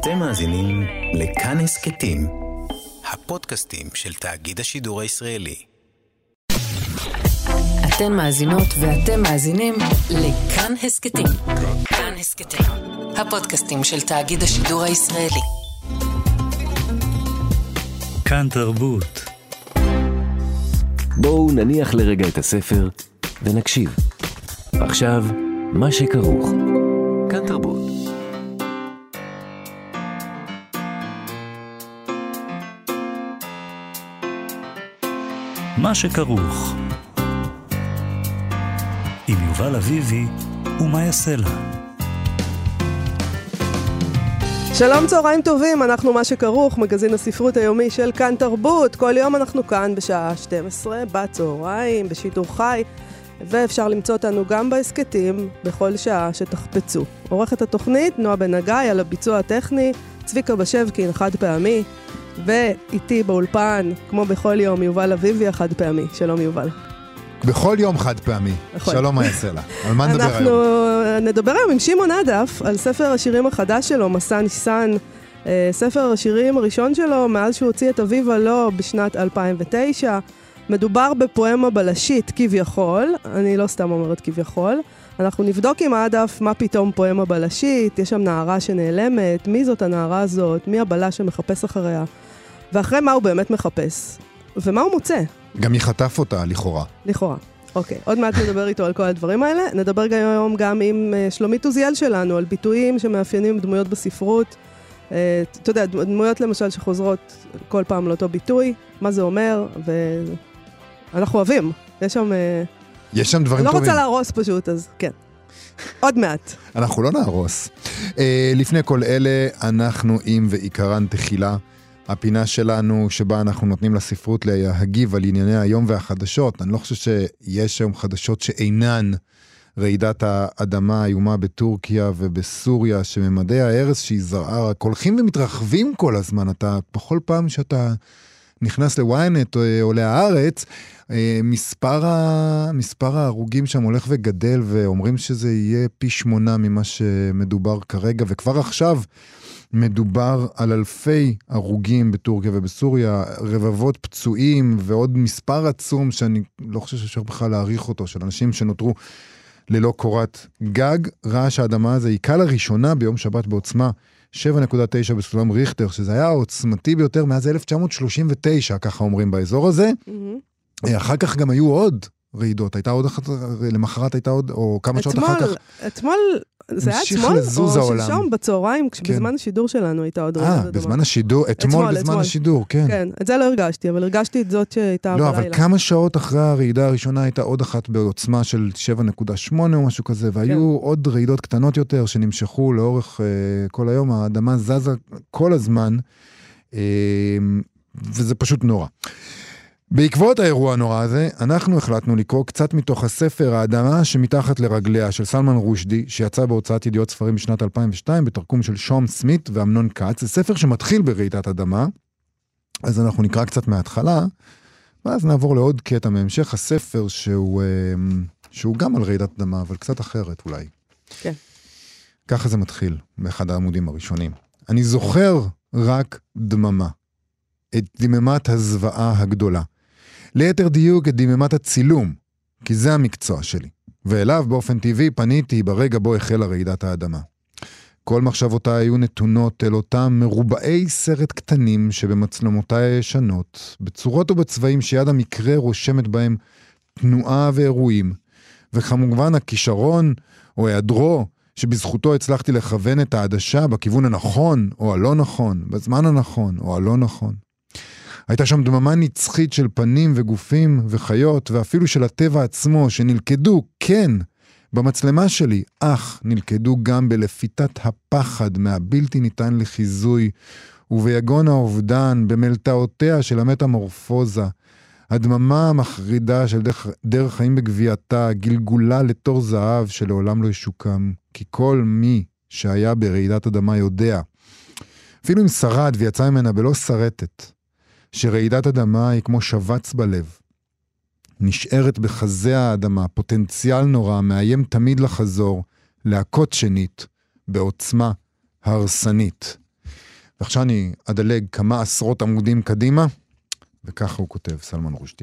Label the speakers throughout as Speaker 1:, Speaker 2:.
Speaker 1: אתם מאזינים לכאן הסכתים, הפודקאסטים של תאגיד השידור הישראלי.
Speaker 2: אתן מאזינות ואתם מאזינים לכאן הסכתים. כאן הסכתים, הפודקאסטים של תאגיד השידור הישראלי.
Speaker 3: כאן תרבות.
Speaker 4: בואו נניח לרגע את הספר ונקשיב. עכשיו, מה שכרוך. כאן תרבות.
Speaker 3: מה שכרוך. עם יובל אביבי ומה יעשה לה.
Speaker 5: שלום, צהריים טובים, אנחנו מה שכרוך, מגזין הספרות היומי של כאן תרבות. כל יום אנחנו כאן בשעה 12 בצהריים, בשידור חי, ואפשר למצוא אותנו גם בהסכתים בכל שעה שתחפצו. עורכת התוכנית נועה בן הגיא, על הביצוע הטכני צביקה בשבקין חד פעמי, ואיתי באולפן כמו בכל יום יובל אביבי החד פעמי. שלום יובל.
Speaker 6: בכל יום חד פעמי. שלום, מה יעשה לה? על מה נדבר היום?
Speaker 5: אנחנו נדבר היום עם שמעון עדף על ספר השירים החדש שלו, מסע ניסן. ספר השירים הראשון שלו מאז שהוא הוציא את אביב הלא בשנת 2009. מדובר בפואמה בלשית כביכול, אני לא סתם אומרת כביכול. אנחנו נבדוק עם עדף מה פתאום פואמה בלשית, יש שם נערה שנעלמת, מי זאת הנערה הזאת, מי הבלש שמחפש אחריה, ואחרי מה הוא באמת מחפש, ומה הוא מוצא.
Speaker 6: גם יחטף אותה, לכאורה.
Speaker 5: לכאורה, אוקיי. עוד מעט נדבר איתו על כל הדברים האלה. נדבר היום גם עם שלומית עוזיאל שלנו, על ביטויים שמאפיינים דמויות בספרות. אתה יודע, דמויות למשל שחוזרות כל פעם לאותו ביטוי, מה זה אומר, ואנחנו אוהבים. יש שם
Speaker 6: דברים טובים.
Speaker 5: אני לא רוצה להרוס פשוט, אז כן. עוד מעט.
Speaker 6: אנחנו לא נהרוס. לפני כל אלה, אנחנו עם ועיקרן תחילה. הפינה שלנו שבה אנחנו נותנים לספרות להגיב על ענייני היום והחדשות. אני לא חושב שיש היום חדשות שאינן רעידת האדמה האיומה בטורקיה ובסוריה, שממדי ההרס שהיא זרעה רק הולכים ומתרחבים כל הזמן. אתה בכל פעם שאתה נכנס לוויינט או להארץ, מספר ההרוגים שם הולך וגדל, ואומרים שזה יהיה פי 8 ממה שמדובר כרגע, וכבר עכשיו מדובר על אלפי הרוגים בטורקיה ובסוריה, רבבות פצועים ועוד מספר עצום שאני לא חושב שאפשר בכלל להעריך אותו, של אנשים שנותרו ללא קורת גג. רעש האדמה הזה היכה לראשונה ביום שבת בעוצמה 7.9 בסולם ריכטר, שזה היה העוצמתי ביותר מאז 1939, ככה אומרים באזור הזה. אחר כך גם היו עוד רעידות, הייתה עוד אחת, למחרת הייתה עוד, או כמה שעות אחר כך.
Speaker 5: אתמול, זה היה אתמול, או שלשום בצהריים, בזמן השידור שלנו הייתה עוד רעידות.
Speaker 6: בזמן השידור, אתמול בזמן השידור, כן.
Speaker 5: כן, את זה לא הרגשתי, אבל הרגשתי את זאת שהייתה בלילה.
Speaker 6: לא, אבל כמה שעות אחרי הרעידה הראשונה הייתה עוד אחת בעוצמה של 7.8 או משהו כזה, והיו עוד רעידות קטנות יותר שנמשכו לאורך כל היום, האדמה זזה כל הזמן, וזה פשוט נורא. בעקבות האירוע הנורא הזה, אנחנו החלטנו לקרוא קצת מתוך הספר האדמה שמתחת לרגליה של סלמן רושדי, שיצא בהוצאת ידיעות ספרים בשנת 2002, בתרגום של שום סמית ואמנון קאץ. זה ספר שמתחיל ברעידת אדמה, אז אנחנו נקרא קצת מההתחלה, ואז נעבור לעוד קטע מהמשך הספר שהוא גם על רעידת אדמה, אבל קצת אחרת אולי.
Speaker 5: כן.
Speaker 6: ככה זה מתחיל, באחד העמודים הראשונים. אני זוכר רק דממה, את דממת הזוועה הגדולה. ליתר דיוק את דממת הצילום, כי זה המקצוע שלי. ואליו באופן טבעי פניתי ברגע בו החלה רעידת האדמה. כל מחשבותיי היו נתונות אל אותם מרובעי סרט קטנים שבמצלמותיי הישנות, בצורות ובצבעים שיד המקרה רושמת בהם תנועה ואירועים, וכמובן הכישרון או היעדרו שבזכותו הצלחתי לכוון את העדשה בכיוון הנכון או הלא נכון, בזמן הנכון או הלא נכון. הייתה שם דממה נצחית של פנים וגופים וחיות, ואפילו של הטבע עצמו, שנלכדו, כן, במצלמה שלי, אך נלכדו גם בלפיתת הפחד מהבלתי ניתן לחיזוי, וביגון האובדן, במלטעותיה של המטמורפוזה, הדממה המחרידה של דרך חיים בגבייתה, גלגולה לתור זהב שלעולם לא ישוקם, כי כל מי שהיה ברעידת אדמה יודע, אפילו אם שרד ויצא ממנה בלא שרטת, שרעידת אדמה היא כמו שבץ בלב. נשארת בחזה האדמה, פוטנציאל נורא, מאיים תמיד לחזור, להכות שנית, בעוצמה הרסנית. ועכשיו אני אדלג כמה עשרות עמודים קדימה, וככה הוא כותב, סלמן רושדי.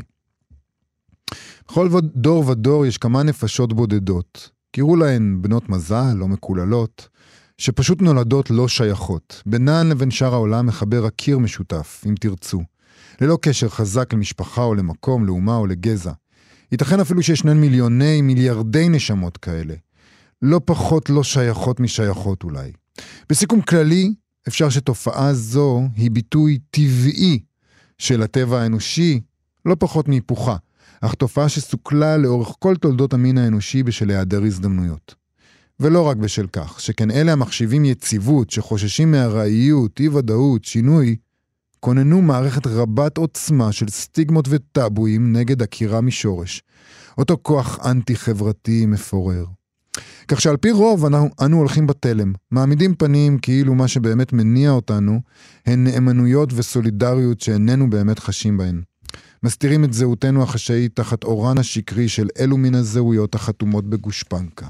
Speaker 6: בכל דור ודור יש כמה נפשות בודדות, קראו להן בנות מזל או מקוללות, שפשוט נולדות לא שייכות. בינן לבין שאר העולם מחבר הקיר משותף, אם תרצו. ללא קשר חזק למשפחה או למקום, לאומה או לגזע. ייתכן אפילו שישנן מיליארדי נשמות כאלה. לא פחות לא שייכות משייכות אולי. בסיכום כללי, אפשר שתופעה זו היא ביטוי טבעי של הטבע האנושי, לא פחות מהיפוכה, אך תופעה שסוכלה לאורך כל תולדות המין האנושי בשל היעדר הזדמנויות. ולא רק בשל כך, שכן אלה המחשיבים יציבות, שחוששים מהראיות, אי-ודאות, שינוי, כוננו מערכת רבת עוצמה של סטיגמות וטאבויים נגד עקירה משורש. אותו כוח אנטי-חברתי מפורר. כך שעל פי רוב אנו הולכים בתלם, מעמידים פנים כאילו מה שבאמת מניע אותנו, הן נאמנויות וסולידריות שאיננו באמת חשים בהן. מסתירים את זהותנו החשאית תחת אורן השקרי של אלו מן הזהויות החתומות בגושפנקה.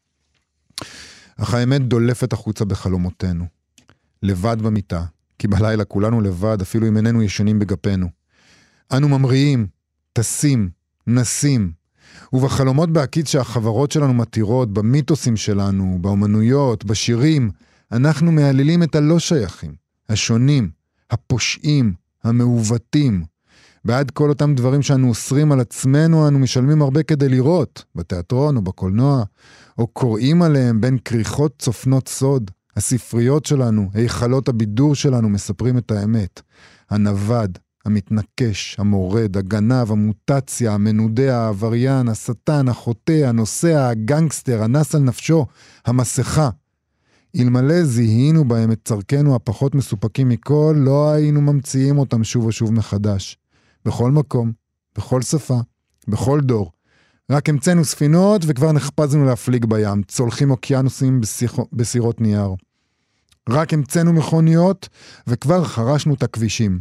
Speaker 6: אך האמת דולפת החוצה בחלומותינו. לבד במיטה, כי בלילה כולנו לבד, אפילו אם איננו ישנים בגפנו. אנו ממריאים, טסים, נסים, ובחלומות בעקיד שהחברות שלנו מתירות, במיתוסים שלנו, באומנויות, בשירים, אנחנו מעלילים את הלא שייכים, השונים, הפושעים, המעוותים. בעד כל אותם דברים שאנו אוסרים על עצמנו, אנו משלמים הרבה כדי לראות, בתיאטרון או בקולנוע, או קוראים עליהם בין כריכות צופנות סוד. הספריות שלנו, היכלות הבידור שלנו מספרים את האמת. הנבד, המתנקש, המורד, הגנב, המוטציה, המנודה, העבריין, השטן, החוטא, הנוסע, הגנגסטר, הנס על נפשו, המסכה. אלמלא זיהינו בהם את צרכנו הפחות מסופקים מכל, לא היינו ממציאים אותם שוב ושוב מחדש. בכל מקום, בכל שפה, בכל דור. רק המצאנו ספינות וכבר נחפזנו להפליג בים, צולחים אוקיינוסים בסירות נייר. רק המצאנו מכוניות וכבר חרשנו את הכבישים.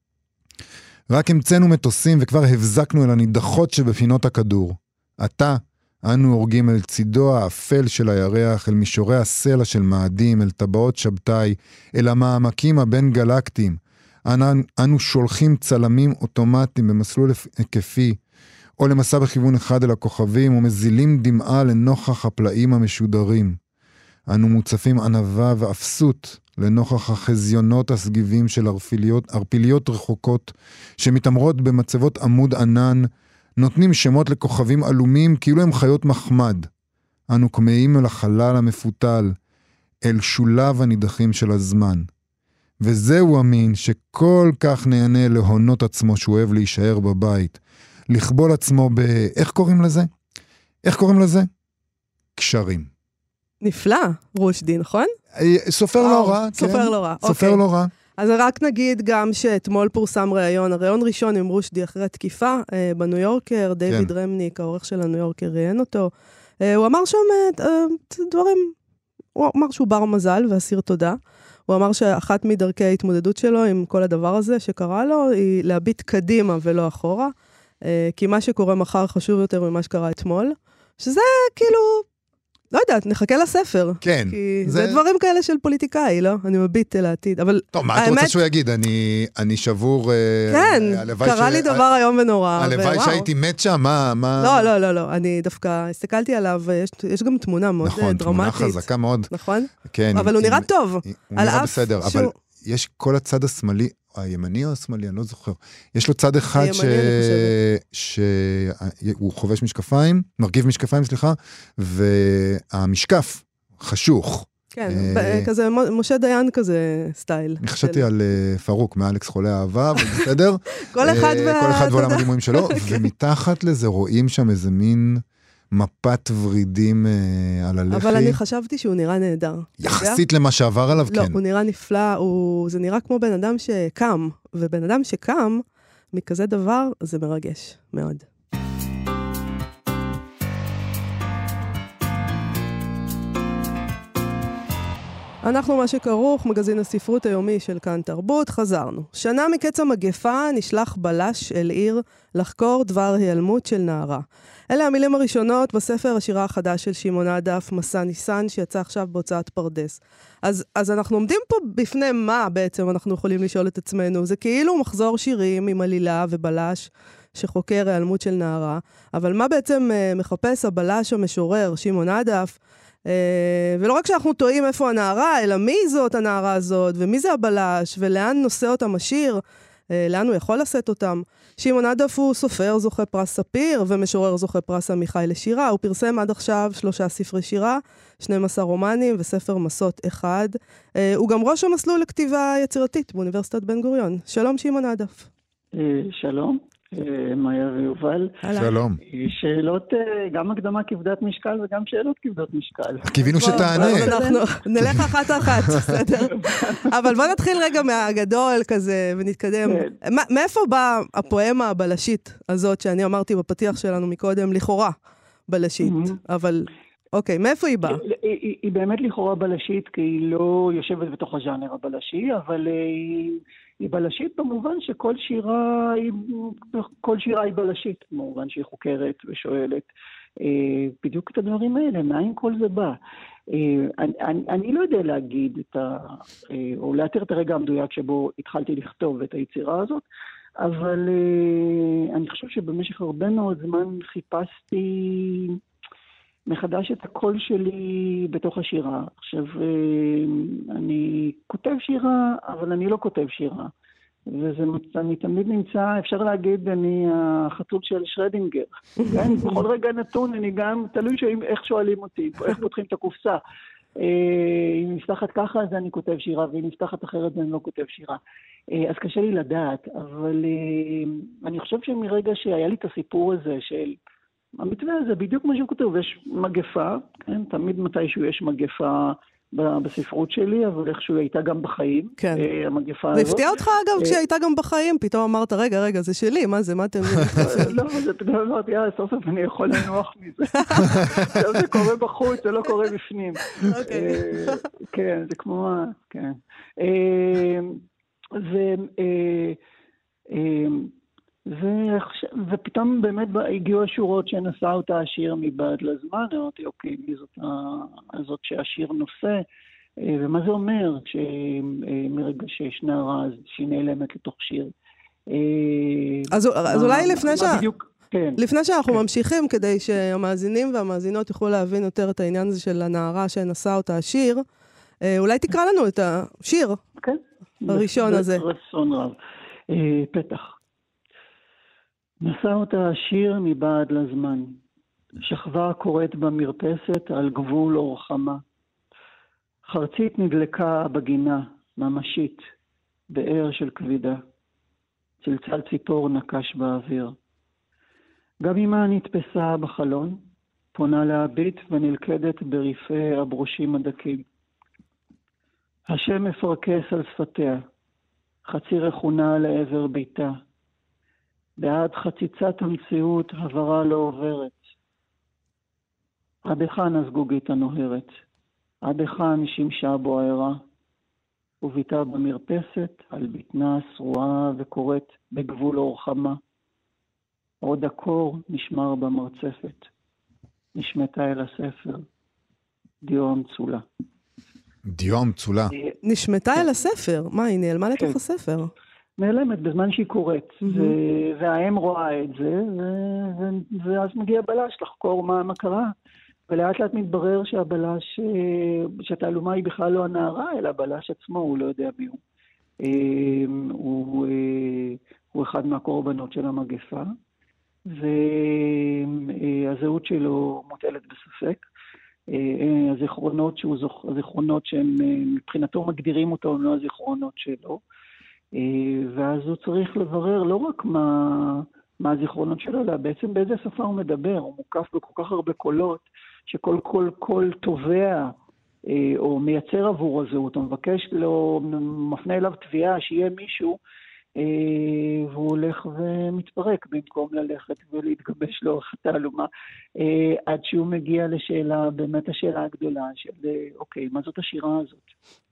Speaker 6: רק המצאנו מטוסים וכבר הבזקנו אל הנידחות שבפינות הכדור. עתה, אנו הורגים אל צידו האפל של הירח, אל מישורי הסלע של מאדים, אל טבעות שבתאי, אל המעמקים הבין גלקטיים. אנו שולחים צלמים אוטומטיים במסלול היקפי, או למסע בכיוון אחד אל הכוכבים, ומזילים דמעה לנוכח הפלאים המשודרים. אנו מוצפים ענווה ואפסות לנוכח החזיונות הסגיבים של ערפיליות רחוקות, שמתאמרות במצבות עמוד ענן, נותנים שמות לכוכבים אלומים כאילו הם חיות מחמד. אנו כמאים אל החלל המפותל, אל שולב הנידחים של הזמן. וזהו המין שכל כך נהנה להונות עצמו שהוא אוהב להישאר בבית, לכבול עצמו איך קוראים לזה? איך קוראים לזה? קשרים.
Speaker 5: נפלא, רושדי, נכון?
Speaker 6: סופר לא רע.
Speaker 5: סופר לא רע,
Speaker 6: סופר לא רע.
Speaker 5: אז רק נגיד גם שאתמול פורסם ראיון ראשון עם רושדי אחרי תקיפה בניו יורקר, דיוויד רמניק, העורך של הניו יורקר, ראיין אותו. הוא אמר שם דברים, הוא אמר שהוא בר מזל ואסיר תודה. הוא אמר שאחת מדרכי ההתמודדות שלו עם כל הדבר הזה שקרה לו, היא להביט קדימה ולא אחורה, כי מה שקורה מחר חשוב יותר ממה שקרה אתמול, שזה כאילו, לא יודעת, נחכה לספר.
Speaker 6: כן.
Speaker 5: כי זה דברים כאלה של פוליטיקאי, לא? אני מביט אל העתיד, אבל...
Speaker 6: טוב, מה את רוצה שהוא יגיד? אני שבור...
Speaker 5: כן, קרה לי דבר היום ונורא.
Speaker 6: הלוואי שהייתי מת שם, מה...
Speaker 5: לא, אני דווקא הסתכלתי עליו, יש גם תמונה מאוד דרמטית.
Speaker 6: נכון, תמונה חזקה מאוד.
Speaker 5: נכון?
Speaker 6: כן.
Speaker 5: אבל הוא נראה טוב.
Speaker 6: הוא נראה בסדר, אבל יש כל הצד השמאלי, הימני או השמאלי, אני לא זוכר. יש לו צד אחד שהוא חובש משקפיים, מרכיב משקפיים, סליחה, והמשקף חשוך.
Speaker 5: כן, כזה משה דיין כזה סטייל.
Speaker 6: אני חשבתי על פרוק מאלכס חולה אהבה, אבל בסדר.
Speaker 5: כל אחד
Speaker 6: ועולם הדימויים שלו, ומתחת לזה רואים שם איזה מין מפת ורידים על הלחי.
Speaker 5: אבל אני חשבתי שהוא נראה נהדר.
Speaker 6: יחסית למה שעבר עליו, כן.
Speaker 5: לא, הוא נראה נפלא, זה נראה כמו בן אדם שקם, ובן אדם שקם מכזה דבר, זה מרגש מאוד. אנחנו מה שכרוך, מגזין הספרות היומי של כאן תרבות, חזרנו. שנה מקץ המגפה נשלח בלש אל עיר לחקור דבר היעלמות של נערה. אלה המילים הראשונות בספר השירה החדש של שמעון עדף, מסע ניסן, שיצא עכשיו בהוצאת פרדס. אז אנחנו עומדים פה בפני מה בעצם אנחנו יכולים לשאול את עצמנו. זה כאילו מחזור שירים עם עלילה ובלש שחוקר היעלמות של נערה, אבל מה בעצם מחפש הבלש המשורר שמעון עדף? ולא רק שאנחנו טועים איפה הנערה, אלא מי זאת הנערה הזאת, ומי זה הבלש, ולאן נושא אותם השיר, לאן הוא יכול לשאת אותם. שמעון עדף הוא סופר זוכה פרס ספיר, ומשורר זוכה פרס עמיחי לשירה. הוא פרסם עד עכשיו 3 ספרי שירה, 12 רומנים וספר מסות אחד. הוא גם ראש המסלול לכתיבה יצירתית באוניברסיטת בן גוריון. שלום שמעון עדף.
Speaker 7: שלום. מאיה ויובל.
Speaker 6: שלום.
Speaker 7: שאלות, גם הקדמה כבדת משקל וגם שאלות כבדות משקל.
Speaker 6: קיווינו שתענה.
Speaker 5: אנחנו נלך אחת, בסדר. אבל בוא נתחיל רגע מהגדול כזה ונתקדם. מאיפה באה הפואמה הבלשית הזאת שאני אמרתי בפתיח שלנו מקודם, לכאורה בלשית, אבל אוקיי, מאיפה היא באה?
Speaker 7: היא באמת לכאורה בלשית, כי היא לא יושבת בתוך הז'אנר הבלשי, אבל היא בלשית במובן שכל שירה היא בלשית, במובן שהיא חוקרת ושואלת בדיוק את הדברים האלה, מאין כל זה בא. אני לא יודע להגיד או לאתר את הרגע המדויק שבו התחלתי לכתוב את היצירה הזאת, אבל אני חושב שבמשך הרבה מאוד זמן חיפשתי מחדש את הקול שלי בתוך השירה. עכשיו, אני כותב שירה, אבל אני לא כותב שירה. אני תמיד נמצא, אפשר להגיד, אני החתול של שרדינגר. כן? בכל רגע נתון, אני גם, תלוי איך שואלים אותי, איך פותחים את הקופסה. אם נפתחת ככה, אז אני כותב שירה, ואם נפתחת אחרת, אז אני לא כותב שירה. אז קשה לי לדעת, אבל אני חושב שמרגע שהיה לי את הסיפור הזה של המתווה הזה, בדיוק מה שהוא כותב, יש מגפה, כן? תמיד מתישהו יש מגפה בספרות שלי, אבל איכשהו היא הייתה גם בחיים,
Speaker 5: כן.
Speaker 7: המגפה הזאת.
Speaker 5: והפתיע אותך אגב כשהיא הייתה גם בחיים, פתאום אמרת, רגע, זה שלי, מה זה, מה אתם...
Speaker 7: לא, זה פתאום אמרתי, סוף סוף אני יכול לנוח מזה. זה קורה בחוץ, זה לא קורה בפנים. כן, זה כמו... כן. ופתאום באמת הגיעו השורות שנשא אותה השיר מבעד לזמן, אמרתי, אוקיי, מי זאת שהשיר נושא, ומה זה אומר מרגע שיש נערה, שהיא נעלמת לתוך שיר.
Speaker 5: אז אולי לפני שאנחנו ממשיכים, כדי שהמאזינים והמאזינות יוכלו להבין יותר את העניין הזה של הנערה שנשא אותה השיר, אולי תקרא לנו את השיר הראשון הזה.
Speaker 7: רצון רב. פתח. נשא אותה השיר מבעד לזמן, שכבה קוראת במרפסת על גבול אורחמה. חרצית נדלקה בגינה, ממשית, באר של כבידה. צלצל ציפור נקש באוויר. גם אמא נתפסה בחלון, פונה להביט ונלכדת בריפי הברושים הדקים. השם מפרקס על שפתיה, חצי רחונה לעבר ביתה. בעד חציצת המציאות הברה לא עוברת. עד היכן הזגוגית הנוהרת, עד היכן שימשה בו הערה, וביתה במרפסת על בטנה שרועה וקוראת בגבול אורחמה. עוד הקור נשמר במרצפת, נשמתה אל הספר, דיו המצולה.
Speaker 6: דיו המצולה.
Speaker 5: נשמתה אל הספר? מה, היא נעלמה לתוך הספר?
Speaker 7: נעלמת בזמן שהיא קוראת, והאם רואה את זה, ואז מגיע בלש לחקור מה קרה, ולאט לאט מתברר שהבלש, שהתעלומה היא בכלל לא הנערה, אלא הבלש עצמו, הוא לא יודע מי הוא. הוא אחד מהקורבנות של המגפה, והזהות שלו מוטלת בספק. הזיכרונות שהם מבחינתו מגדירים אותו, הם לא הזיכרונות שלו. ואז הוא צריך לברר לא רק מה הזיכרונות שלו, אלא בעצם באיזה שפה הוא מדבר. הוא מוקף בכל כך הרבה קולות, שכל קול תובע או מייצר עבור הזהות, הוא מבקש לו, מפנה אליו תביעה שיהיה מישהו והוא הולך ומתפרק במקום ללכת ולהתגבש לאורך התעלומה, עד שהוא מגיע לשאלה, באמת השאלה הגדולה של, אוקיי, מה זאת השירה הזאת?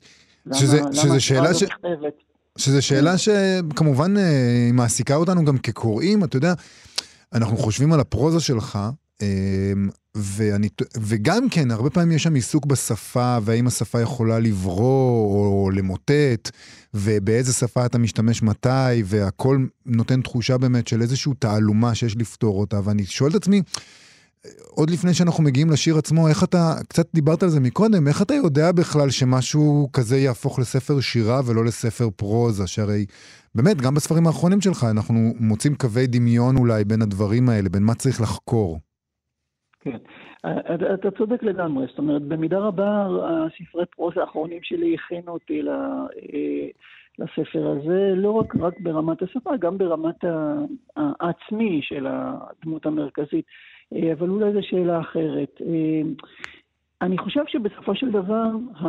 Speaker 6: שזה שאלה שכמובן היא מעסיקה אותנו גם כקוראים, אתה יודע, אנחנו חושבים על הפרוזה שלך, וגם כן, הרבה פעמים יש שם עיסוק בשפה, והאם השפה יכולה לברוא או למוטט, ובאיזה שפה אתה משתמש מתי, והכל נותן תחושה באמת של איזשהו תעלומה שיש לפתור אותה, ואני שואל את עצמי, עוד לפני שאנחנו מגיעים לשיר עצמו, איך אתה, קצת דיברת על זה מקודם, איך אתה יודע בכלל שמשהו כזה יהפוך לספר שירה ולא לספר פרוזה, שהרי באמת, גם בספרים האחרונים שלך, אנחנו מוצאים קווי דמיון אולי בין הדברים האלה, בין מה צריך לחקור.
Speaker 7: כן, אתה צודק לגמרי, זאת אומרת, במידה רבה הספרי פרוזה האחרונים שלי הכינו אותי לספר הזה, לא רק ברמת השפה, גם ברמת העצמי של הדמות המרכזית, אבל אולי זו שאלה אחרת. אני חושב שבסופו של דבר,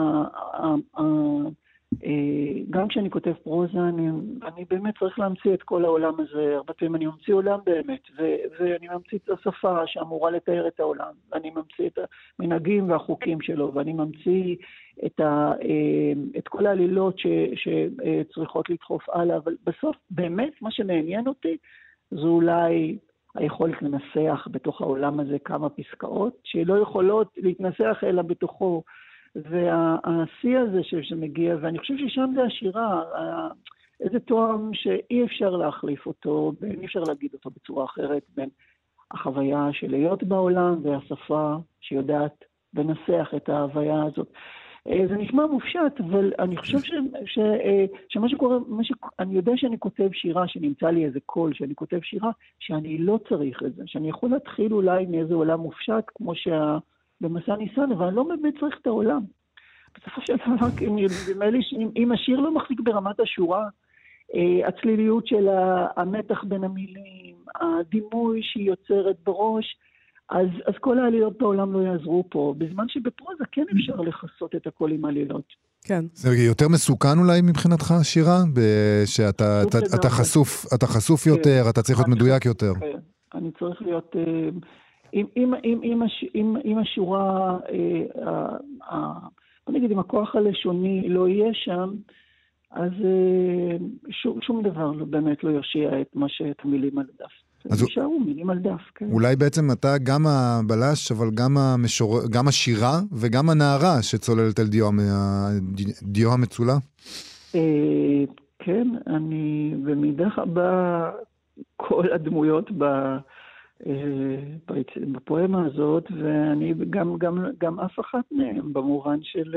Speaker 7: גם כשאני כותב פרוזה, אני באמת צריך להמציא את כל העולם הזה. הרבה פעמים אני ממציא עולם באמת, ואני ממציא את השפה שאמורה לתאר את העולם, ואני ממציא את המנהגים והחוקים שלו, ואני ממציא את כל העלילות שצריכות לדחוף הלאה, אבל בסוף באמת מה שמעניין אותי, זו אולי היכולת לנסח בתוך העולם הזה כמה פסקאות, שלא יכולות להתנסח אלא בתוכו, והשיא הזה שמגיע, ואני חושב ששם זה השירה, איזה תואם שאי אפשר להחליף אותו, ואי אפשר להגיד אותו בצורה אחרת, בין החוויה של להיות בעולם והשפה שיודעת לנסח את ההוויה הזאת. זה נשמע מופשט, אבל אני חושב שמה שקורה, אני יודע שאני כותב שירה, שנמצא לי איזה קול, שאני כותב שירה, שאני לא צריך את זה, שאני יכול להתחיל אולי מאיזה עולם מופשט, כמו במסע ניסן, אבל אני לא באמת צריך את העולם. בסופו של דבר, אם השיר לא מחזיק ברמת השורה, הצליליות של המתח בין המילים, הדימוי שהיא יוצרת בראש, אז כל העלילות בעולם לא יעזרו פה, בזמן שבפרוזה כן אפשר לחסות את הכל עם עלילות.
Speaker 5: כן.
Speaker 6: זה יותר מסוכן אולי מבחינתך, שירה? שאתה חשוף יותר, אתה צריך להיות מדויק יותר.
Speaker 7: אני צריך להיות... אם השורה, בוא נגיד, אם הכוח הלשוני לא יהיה שם, אז שום דבר באמת לא יושיע את המילים על דף. זה נשארו מילים על דף, כן.
Speaker 6: אולי בעצם אתה גם הבלש, אבל גם השירה וגם הנערה שצוללת אל דיו המצולה?
Speaker 7: כן, אני במידה רבה כל הדמויות בפואמה הזאת, ואני גם אף אחת מהם, במובן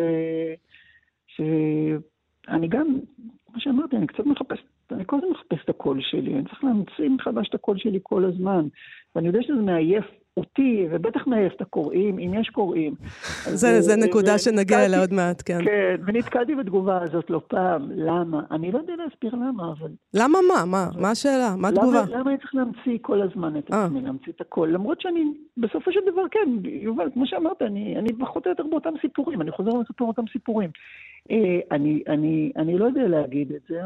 Speaker 7: שאני גם, כמו שאמרתי, אני קצת מחפש, אני כל הזמן מחפש את הקול שלי, אני צריך להמציא מחדש את הקול שלי כל הזמן, ואני יודע שזה מעייף אותי, ובטח מעייף את הקוראים, אם יש קוראים.
Speaker 5: זה נקודה שנגיע אליה עוד מעט, כן.
Speaker 7: כן, ונתקעתי בתגובה הזאת לא פעם, למה? אני לא יודע להסביר למה, אבל...
Speaker 5: למה מה? מה השאלה? מה התגובה?
Speaker 7: למה אני צריך להמציא כל הזמן את עצמי, להמציא את הכל? למרות שאני, בסופו של דבר, כן, יובל, כמו שאמרת, אני פחות או יותר באותם סיפורים, אני חוזר לספר אותם סיפורים. אני לא יודע להגיד את זה,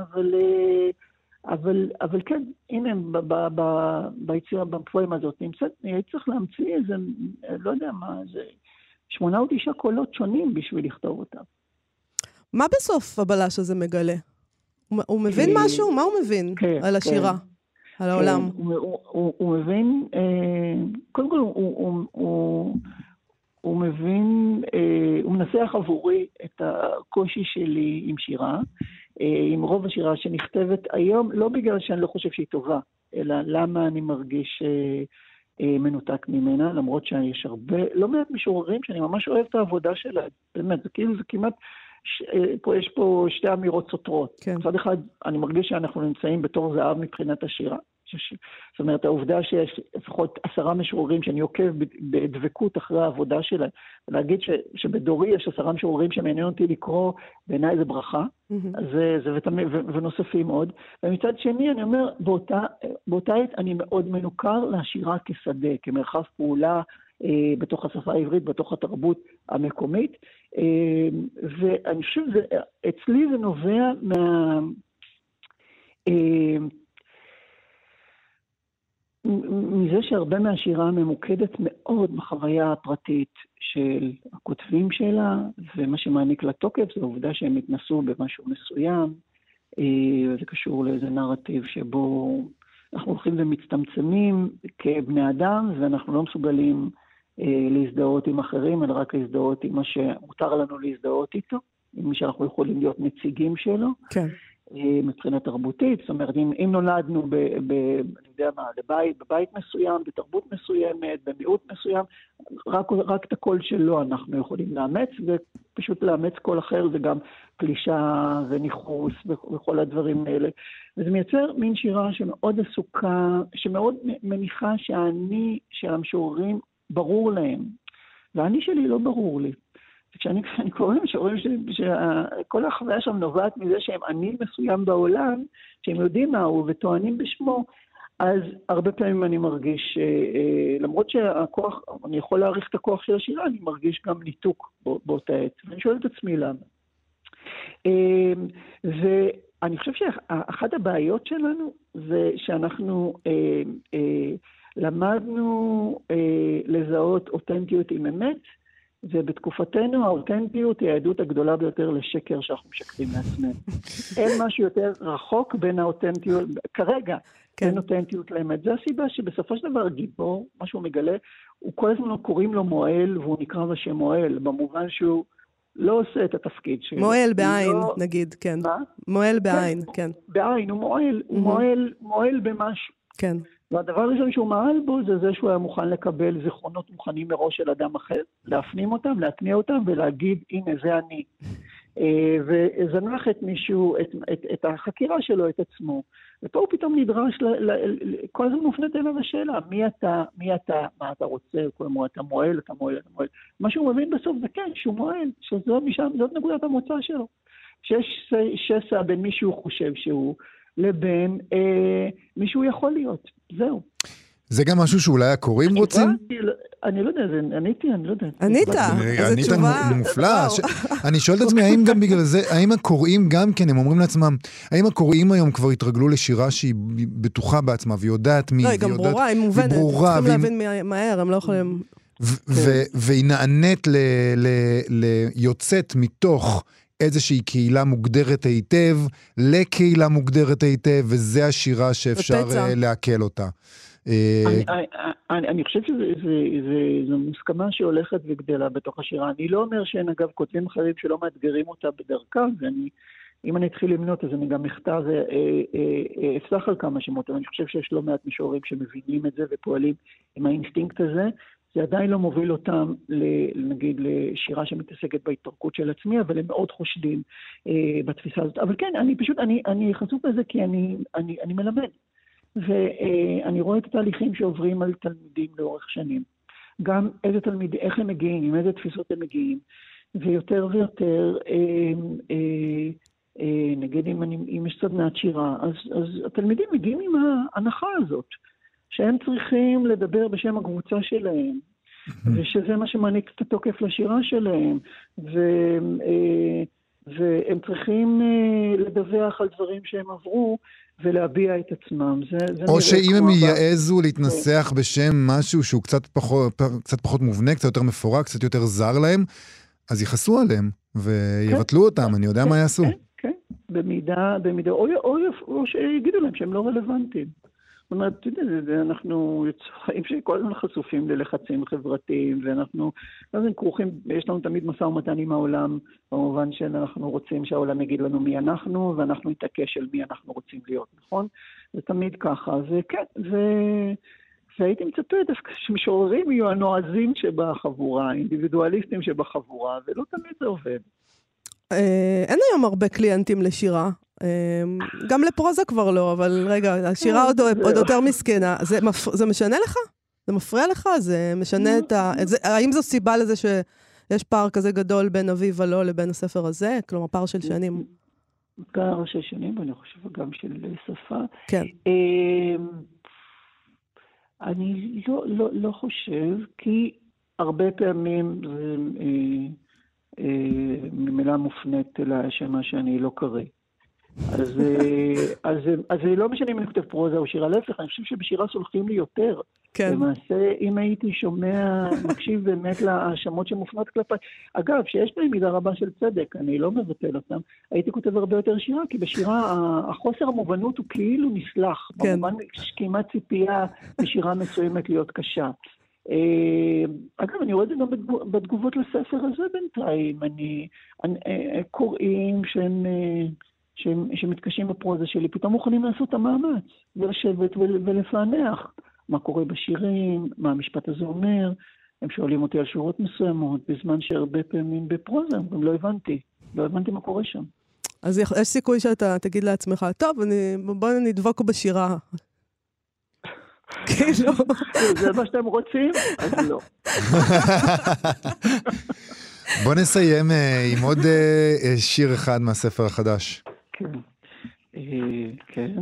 Speaker 7: אבל כן, הנה, ביצירה, בפואמה הזאת, הייתי צריך להמציא איזה, לא יודע מה, זה 8 או 9 קולות שונים בשביל לכתוב אותם.
Speaker 5: מה בסוף הבלש הזה מגלה? הוא מבין משהו? מה הוא מבין על השירה? על העולם?
Speaker 7: הוא מבין, קודם כל הוא מבין, הוא מנסח עבורי את הקושי שלי עם שירה, עם רוב השירה שנכתבת היום, לא בגלל שאני לא חושב שהיא טובה, אלא למה אני מרגיש מנותק ממנה, למרות שיש הרבה, לא מעט משוררים שאני ממש אוהב את העבודה שלהם, באמת, זה כאילו, זה כמעט, יש פה שתי אמירות סותרות.
Speaker 5: כן.
Speaker 7: מצד אחד, אני מרגיש שאנחנו נמצאים בתור זהב מבחינת השירה, זאת אומרת, העובדה שיש לפחות 10 משוררים שאני עוקב בדבקות אחרי העבודה שלהם, ולהגיד שבדורי יש 10 משוררים שמעניין אותי לקרוא, בעיניי זה ברכה, ונוספים עוד. ומצד שני, אני אומר, באותה עת אני מאוד מנוכר לשירה כשדה, כמרחב פעולה בתוך השפה העברית, בתוך התרבות המקומית, ואני חושב, אצלי זה נובע מזה שהרבה מהשירה ממוקדת מאוד בחוויה הפרטית של הכותבים שלה, ומה שמעניק לה תוקף זה העובדה שהם התנסו במשהו מסוים, וזה קשור לאיזה נרטיב שבו אנחנו הולכים ומצטמצמים כבני אדם, ואנחנו לא מסוגלים להזדהות עם אחרים, אלא רק להזדהות עם מה שמותר לנו להזדהות איתו, עם מי שאנחנו יכולים להיות נציגים שלו.
Speaker 5: כן.
Speaker 7: מבחינה תרבותית, זאת אומרת, אם נולדנו אני יודע מה, בבית מסוים, בתרבות מסוימת, במיעוט מסוים, רק את הקול שלו אנחנו יכולים לאמץ, ופשוט לאמץ קול אחר זה גם פלישה וניחוס וכל הדברים האלה. וזה מייצר מין שירה שמאוד עסוקה, שמאוד מניחה שהאני של המשוררים ברור להם, והאני שלי לא ברור לי. כשאני קורא משוררים שכל החוויה שם נובעת מזה שהם אני מסוים בעולם, שהם יודעים מהו וטוענים בשמו, אז הרבה פעמים אני מרגיש, למרות שהכוח, אני יכול להעריך את הכוח של השירה, אני מרגיש גם ניתוק באותה עת. ואני שואל את עצמי למה. ואני חושב שאחת הבעיות שלנו זה שאנחנו למדנו לזהות אותנטיות עם אמת, ובתקופתנו האותנטיות היא העדות הגדולה ביותר לשקר שאנחנו משקרים לעצמנו. אין משהו יותר רחוק בין האותנטיות, כרגע, בין אותנטיות לאמת. זה הסיבה שבסופו של דבר גיבור, מה שהוא מגלה, הוא כל הזמן קוראים לו מועל, והוא נקרא בשם מועל, במובן שהוא לא עושה את התפקיד שלו.
Speaker 5: מועל בעין, נגיד, כן.
Speaker 7: מה?
Speaker 5: מועל בעין, כן.
Speaker 7: בעין, הוא מועל במשהו.
Speaker 5: כן.
Speaker 7: והדבר הראשון שהוא מעל בו זה שהוא היה מוכן לקבל זיכרונות מוכנים מראש של אדם אחר, להפנים אותם, להתניע אותם ולהגיד, הנה זה אני. וזנח את מישהו, את החקירה שלו, את עצמו. ופה הוא פתאום נדרש, כל הזמן מופנית אליו השאלה, מי אתה, מה אתה רוצה, כמו אתה מועל, אתה מועל. מה שהוא מבין בסוף זה כן, שהוא מועל, זאת נקודת המוצא שלו. שיש שסע בין מי שהוא חושב שהוא, לבין מישהו יכול להיות. זהו.
Speaker 6: זה גם משהו שאולי הקוראים רוצים?
Speaker 7: אני לא יודע, עניתי, אני לא יודע.
Speaker 5: ענית, איזה תשובה.
Speaker 6: מופלא. אני שואל את עצמי, האם גם בגלל זה, האם הקוראים גם כן, הם אומרים לעצמם, האם הקוראים היום כבר התרגלו לשירה שהיא בטוחה בעצמה, והיא יודעת מי,
Speaker 5: לא, היא גם ברורה, היא מובנת, צריכים להבין מהר, הם לא יכולים...
Speaker 6: והיא נענית ליוצאת מתוך איזושהי קהילה מוגדרת היטב, לקהילה מוגדרת היטב, וזה השירה שאפשר להקל אותה.
Speaker 7: אני חושב שזו מוסכמה שהולכת וגדלה בתוך השירה. אני לא אומר שאין אגב כותבים אחרים שלא מאתגרים אותה בדרכם, ואם אני אתחיל למנות אז אני גם מכתב אפסח על כמה שמות, אבל אני חושב שיש לא מעט משוררים שמבינים את זה ופועלים עם האינסטינקט הזה. זה עדיין לא מוביל אותם, נגיד, לשירה שמתעסקת בהתפרקות של עצמי, אבל הם מאוד חושדים בתפיסה הזאת. אבל כן, אני חשוף לזה כי אני מלמד. ואני רואה את התהליכים שעוברים על תלמידים לאורך שנים. גם איזה תלמידים, איך הם מגיעים, עם איזה תפיסות הם מגיעים. ויותר ויותר, נגיד אם יש סדנת שירה, אז התלמידים מגיעים עם ההנחה הזאת. שהם צריכים לדבר בשם הקבוצה שלהם, ושזה מה שמעניק את התוקף לשירה שלהם, והם צריכים לדווח על דברים שהם עברו, ולהביע את עצמם.
Speaker 6: או שאם הם יעזו להתנסח בשם משהו שהוא קצת פחות מובנה, קצת יותר מפורק, קצת יותר זר להם, אז יחסו עליהם, ויבטלו אותם, אני יודע מה יעשו.
Speaker 7: כן, במידה, או שיגידו להם שהם לא רלוונטיים. זאת אומרת, אתה יודע, אנחנו חיים שכל הזמן חשופים ללחצים חברתיים, ואנחנו, אז הם כרוכים, יש לנו תמיד משא ומתן עם העולם, במובן שאנחנו רוצים שהעולם יגיד לנו מי אנחנו, ואנחנו נתעקש על מי אנחנו רוצים להיות, נכון? זה תמיד ככה, וכן, והייתי מצפה דווקא שמשוררים יהיו הנועזים שבחבורה, האינדיבידואליסטים שבחבורה, ולא תמיד זה עובד.
Speaker 5: אין היום הרבה קליינטים לשירה. גם לפרוזה כבר לא, אבל רגע, השירה עוד יותר מסכנה. זה משנה לך? זה מפריע לך? זה משנה את ה... האם זו סיבה לזה שיש פער כזה גדול בין אביב ולא לבין הספר הזה? כלומר, פער של שנים.
Speaker 7: פער של שנים, ואני חושב גם של שפה.
Speaker 5: כן.
Speaker 7: אני לא חושב, כי הרבה פעמים זה ממילא מופנית אליי שמה שאני לא קריא. אז לא משנה אם אני כותב פרוזה או שירה, להפך, אני חושב שבשירה סולחים לי יותר.
Speaker 5: כן.
Speaker 7: למעשה, אם הייתי שומע, מקשיב באמת להאשמות שמופנות כלפי, אגב, שיש בהם מידה רבה של צדק, אני לא מבטל אותם, הייתי כותב הרבה יותר שירה, כי בשירה החוסר המובנות הוא כאילו נסלח,
Speaker 5: כן.
Speaker 7: במובן כמעט ציפייה בשירה מסוימת להיות קשה. אגב, אני רואה את זה גם בתגובות לספר הזה בינתיים, קוראים שמתקשים בפרוזה שלי, פתאום מוכנים לעשות את המאמץ, ולשבת ולפענח מה קורה בשירים, מה המשפט הזה אומר, הם שואלים אותי על שורות מסוימות, בזמן שהרבה פעמים בפרוזה, גם לא הבנתי מה קורה שם.
Speaker 5: אז יש סיכוי שאתה תגיד לעצמך, טוב, בוא נדבוק בשירה. כאילו.
Speaker 7: זה מה שאתם רוצים? אז לא.
Speaker 6: בוא נסיים עם עוד שיר אחד מהספר החדש.
Speaker 7: כן. כן.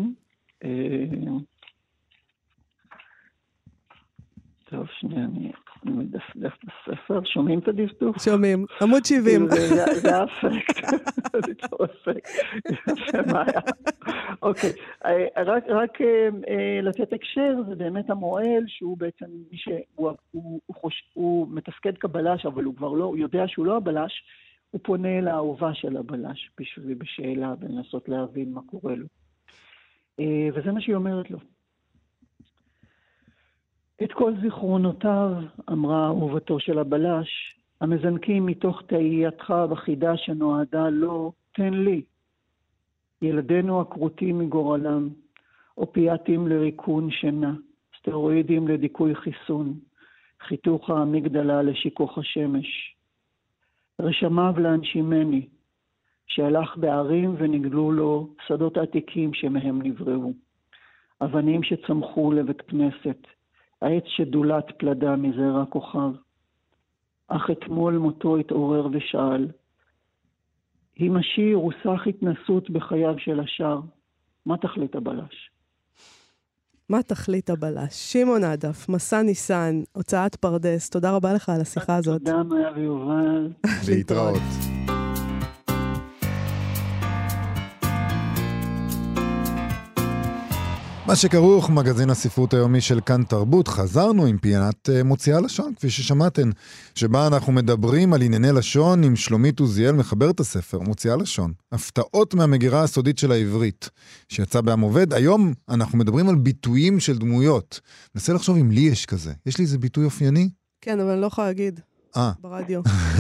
Speaker 7: טוב, שנייה, אני מדפדף בספר. שומעים את הדפדוף?
Speaker 5: שומעים. עמוד 70.
Speaker 7: זה האפקט. זה לא אפקט. זה מה היה. אוקיי. רק לתת הקשר, זה באמת המועל, שהוא בעצם מי שהוא מתפקד כבלש, אבל הוא כבר לא, הוא יודע שהוא לא הבלש, הוא פונה לאהובה של הבלש, בשאלה, ולנסות להבין מה קורה לו. וזה מה שהיא אומרת לו. את כל זיכרונותיו, אמרה אהובתו של הבלש, המזנקים מתוך תהייתך בחידה שנועדה לו, תן לי. ילדינו הקרוטים מגורלם, אופיאטים לריקון שינה, סטרואידים לדיכוי חיסון, חיתוך האמיגדלה לשיקוך השמש. רשמיו להנשימני, שהלך בערים ונגלו לו שדות עתיקים שמהם נבראו. אבנים שצמחו לבית כנסת, העץ שדולת פלדה מזרע כוכב. אך אתמול מותו התעורר ושאל, אם השיר הוא סך התנסות בחייו של השאר, מה תכלית הבלש?
Speaker 5: מה תכלית הבלש? שמעון עדף, מסע ניסן, הוצאת פרדס, תודה רבה לך על השיחה הזאת.
Speaker 7: תודה מאיה ויובל.
Speaker 6: להתראות. מה שכרוך, מגזין הספרות היומי של כאן תרבות, חזרנו עם פינת מוציאה לשון, כפי ששמעתם, שבה אנחנו מדברים על ענייני לשון עם שלומית עוזיאל, מחברת הספר, מוציאה לשון. הפתעות מהמגירה הסודית של העברית, שיצא בעם עובד. היום אנחנו מדברים על ביטויים של דמויות. נסה לחשוב אם לי יש כזה. יש לי איזה ביטוי אופייני?
Speaker 5: כן, אבל אני לא יכולה להגיד. ברדיו.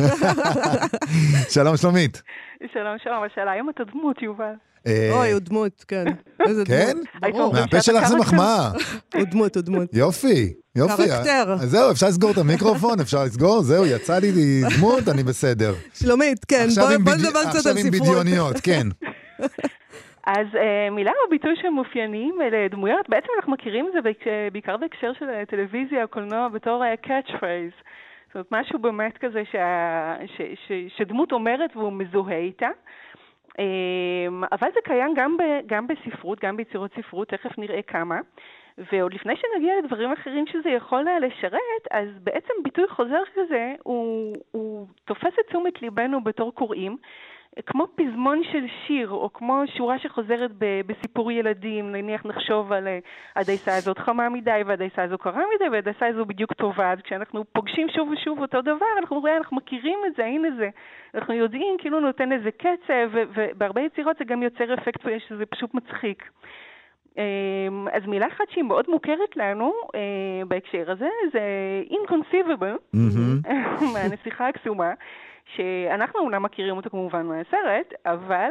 Speaker 6: שלום שלומית.
Speaker 8: שלום, השאלה, היום אתה דמות, יובל.
Speaker 5: אוי, הוא דמות, כן.
Speaker 6: כן?
Speaker 5: ברור.
Speaker 6: מהפה שלך זה מחמאה.
Speaker 5: הוא דמות.
Speaker 6: יופי.
Speaker 5: קרקטר.
Speaker 6: אז זהו, אפשר לסגור את המיקרופון, אפשר לסגור, זהו, יצא לי דמות, אני בסדר.
Speaker 5: שלומית, כן, בוא נדבר קצת על ספרות.
Speaker 6: עכשיו עם בדיוניות, כן.
Speaker 8: אז מילה או ביטוי שמאופיינים לדמויות, בעצם אנחנו מכירים את זה בעיקר בהקשר של טלוויזיה או קולנוע בתור catch phrase. זאת אומרת, משהו באמת כזה שדמות אומרת והוא מזוהה איתה. אבל זה קיים גם בספרות, גם ביצירות ספרות, תכף נראה כמה. ועוד לפני שנגיע לדברים אחרים שזה יכול לשרת, אז בעצם ביטוי חוזר כזה, הוא תופס את תשומת ליבנו בתור קוראים, כמו פזמון של שיר, או כמו שורה שחוזרת בסיפור ילדים. נניח נחשוב על הדייסה הזאת חמה מדי, והדייסה הזו קרה מדי, והדייסה הזו בדיוק טובה. אז כשאנחנו פוגשים שוב ושוב אותו דבר, אנחנו מכירים את זה, הנה זה. אנחנו יודעים, כאילו נותן איזה קצב, ובהרבה יצירות זה גם יוצר אפקט שזה פשוט מצחיק. אז מילה אחת שהיא מאוד מוכרת לנו בהקשר הזה, זה inconceivable, מהנסיכה הקסומה, שאנחנו אומנם מכירים אותו כמובן מהסרט, אבל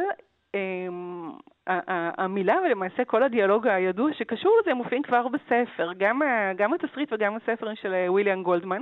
Speaker 8: המילה ולמעשה כל הדיאלוג הידוע שקשור לזה מופיעים כבר בספר, גם התסריט וגם הספר של וויליאם גולדמן,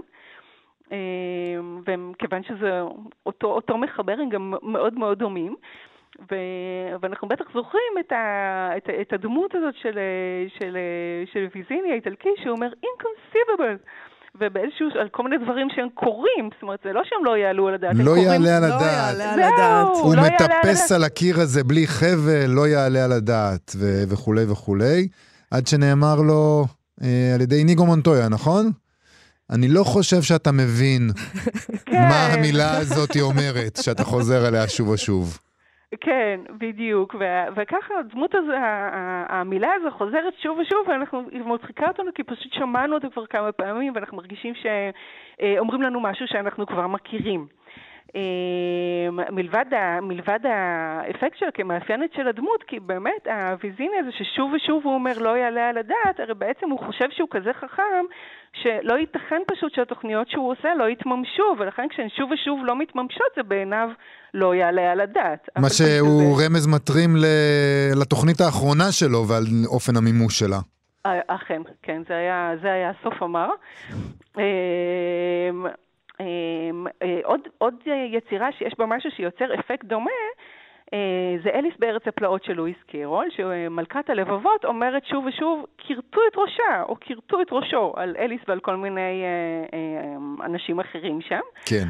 Speaker 8: וכיוון שזה אותו מחבר, הם גם מאוד מאוד דומים, ואנחנו בטח זוכרים את הדמות הזאת של ויזיני האיטלקי, שאומר inconceivable, ובאיזשהו, על כל מיני דברים שהם קוראים, זאת אומרת, זה לא שהם לא יעלו על הדעת.
Speaker 6: לא יעלה על הדעת. הוא מטפס על הקיר הזה בלי חבל, לא יעלה על הדעת, וכו' וכו'. עד שנאמר לו על ידי איניגו מונטויה, נכון? אני לא חושב שאתה מבין מה המילה הזאת אומרת, שאתה חוזר עליה שוב ושוב.
Speaker 8: כן, בדיוק, וככה הדמות הזו, המילה הזו חוזרת שוב ושוב, ואנחנו מצחיקה אותנו כי פשוט שמענו אותה כבר כמה פעמים, ואנחנו מרגישים שאומרים לנו משהו שאנחנו כבר מכירים. מלבד האפקט שלה כמאפיינת של הדמות, כי באמת הוויזיני הזה ששוב ושוב הוא אומר לא יעלה על הדעת, הרי בעצם הוא חושב שהוא כזה חכם, שלא ייתכן פשוט שהתוכניות שהוא עושה לא יתממשו, ולכן כשהן שוב ושוב לא מתממשות, זה בעיניו לא יעלה על הדעת.
Speaker 6: מה שהוא רמז מטרים לתוכנית האחרונה שלו ועל אופן המימוש שלה.
Speaker 8: אכן, כן, זה היה סוף אמר. עוד יצירה שיש בה משהו שיוצר אפקט דומה, זה אליס בארץ הפלאות של לואיס קרול, שמלכת הלבבות אומרת שוב ושוב, כירתו את ראשה, או כירתו את ראשו, על אליס ועל כל מיני אנשים אחרים שם. כן.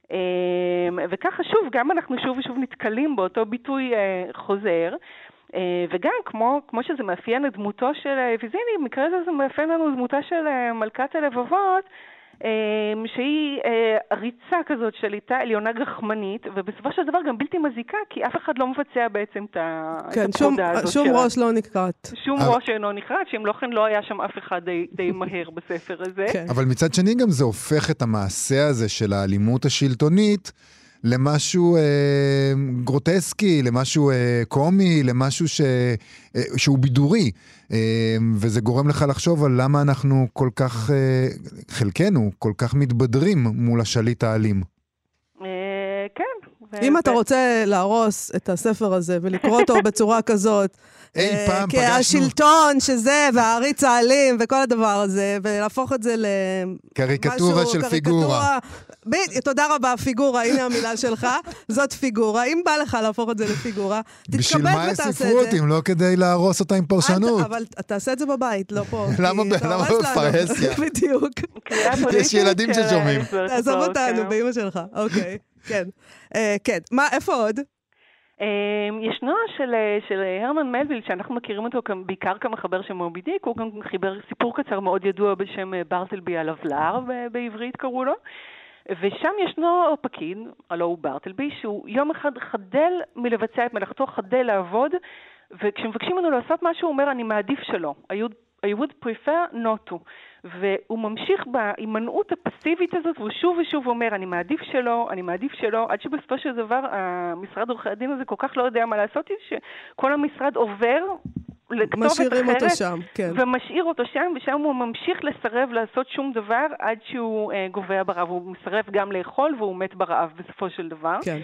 Speaker 8: וככה שוב, גם אנחנו שוב ושוב נתקלים באותו ביטוי חוזר, וגם כמו שזה מאפיין את דמותו של ויזיני, במקרה זה מאפיין לנו דמותה של מלכת הלבבות, שהיא ריצה כזאת של איתה עליונה גחמנית, ובסופו של דבר גם בלתי מזיקה, כי אף אחד לא מבצע בעצם את הפרודה הזאת שלה.
Speaker 5: שום ראש לא נקראת.
Speaker 8: שום ראש אינו נקראת, שאם לא כן לא היה שם אף אחד די מהר בספר הזה.
Speaker 6: אבל מצד שני גם זה הופך את המעשה הזה של האלימות השלטונית, למשהו גרוטסקי, למשהו קומי, למשהו שהוא בידורי, וזה גורם לך לחשוב על למה אנחנו כל כך, חלקנו, כל כך מתבדרים מול השליט האלים.
Speaker 8: כן.
Speaker 5: אם אתה רוצה להרוס את הספר הזה ולקרוא אותו בצורה כזאת, כי השלטון שזה, והעריץ האלים וכל הדבר הזה, ולהפוך את זה
Speaker 6: קריקטורה של פיגורה.
Speaker 5: תודה רבה, פיגורה, הנה המילה שלך, זאת פיגורה. אם בא לך להפוך את זה לפיגורה,
Speaker 6: בשביל מה הספרות, אם לא כדי להרוס אותה עם פרשנות?
Speaker 5: אבל תעשה את זה בבית, לא פה.
Speaker 6: למה בפרהסיה?
Speaker 5: בדיוק.
Speaker 6: יש ילדים ששומעים.
Speaker 5: תעזוב אותנו, באמא שלך. אוקיי, כן. כן, מה, איפה עוד?
Speaker 8: ישנו של הרמן מלוויל, שאנחנו מכירים אותו בעיקר כמחבר של מובי דיק, הוא גם חיבר סיפור קצר מאוד ידוע בשם ברטלבי הלבלר, בעברית קראו לו, ושם ישנו פקיד, הלא הוא ברטלבי, שהוא יום אחד חדל מלבצע את מלאכתו, חדל לעבוד, וכשמבקשים לנו לעשות משהו, הוא אומר, אני מעדיף שלא. I would prefer not to. והוא ממשיך בהימנעות הפסיבית הזאת, והוא שוב ושוב אומר, אני מעדיף שלא, עד שבסופו של דבר, המשרד עורכי הדין הזה כל כך לא יודע מה לעשות, שכל המשרד עובר לכתובת אחרת,
Speaker 5: שם, כן.
Speaker 8: ומשאיר אותו שם, ושם הוא ממשיך לסרב לעשות שום דבר, עד שהוא גובע ברעב, הוא מסרב גם לאכול, והוא מת ברעב בסופו של דבר.
Speaker 5: כן.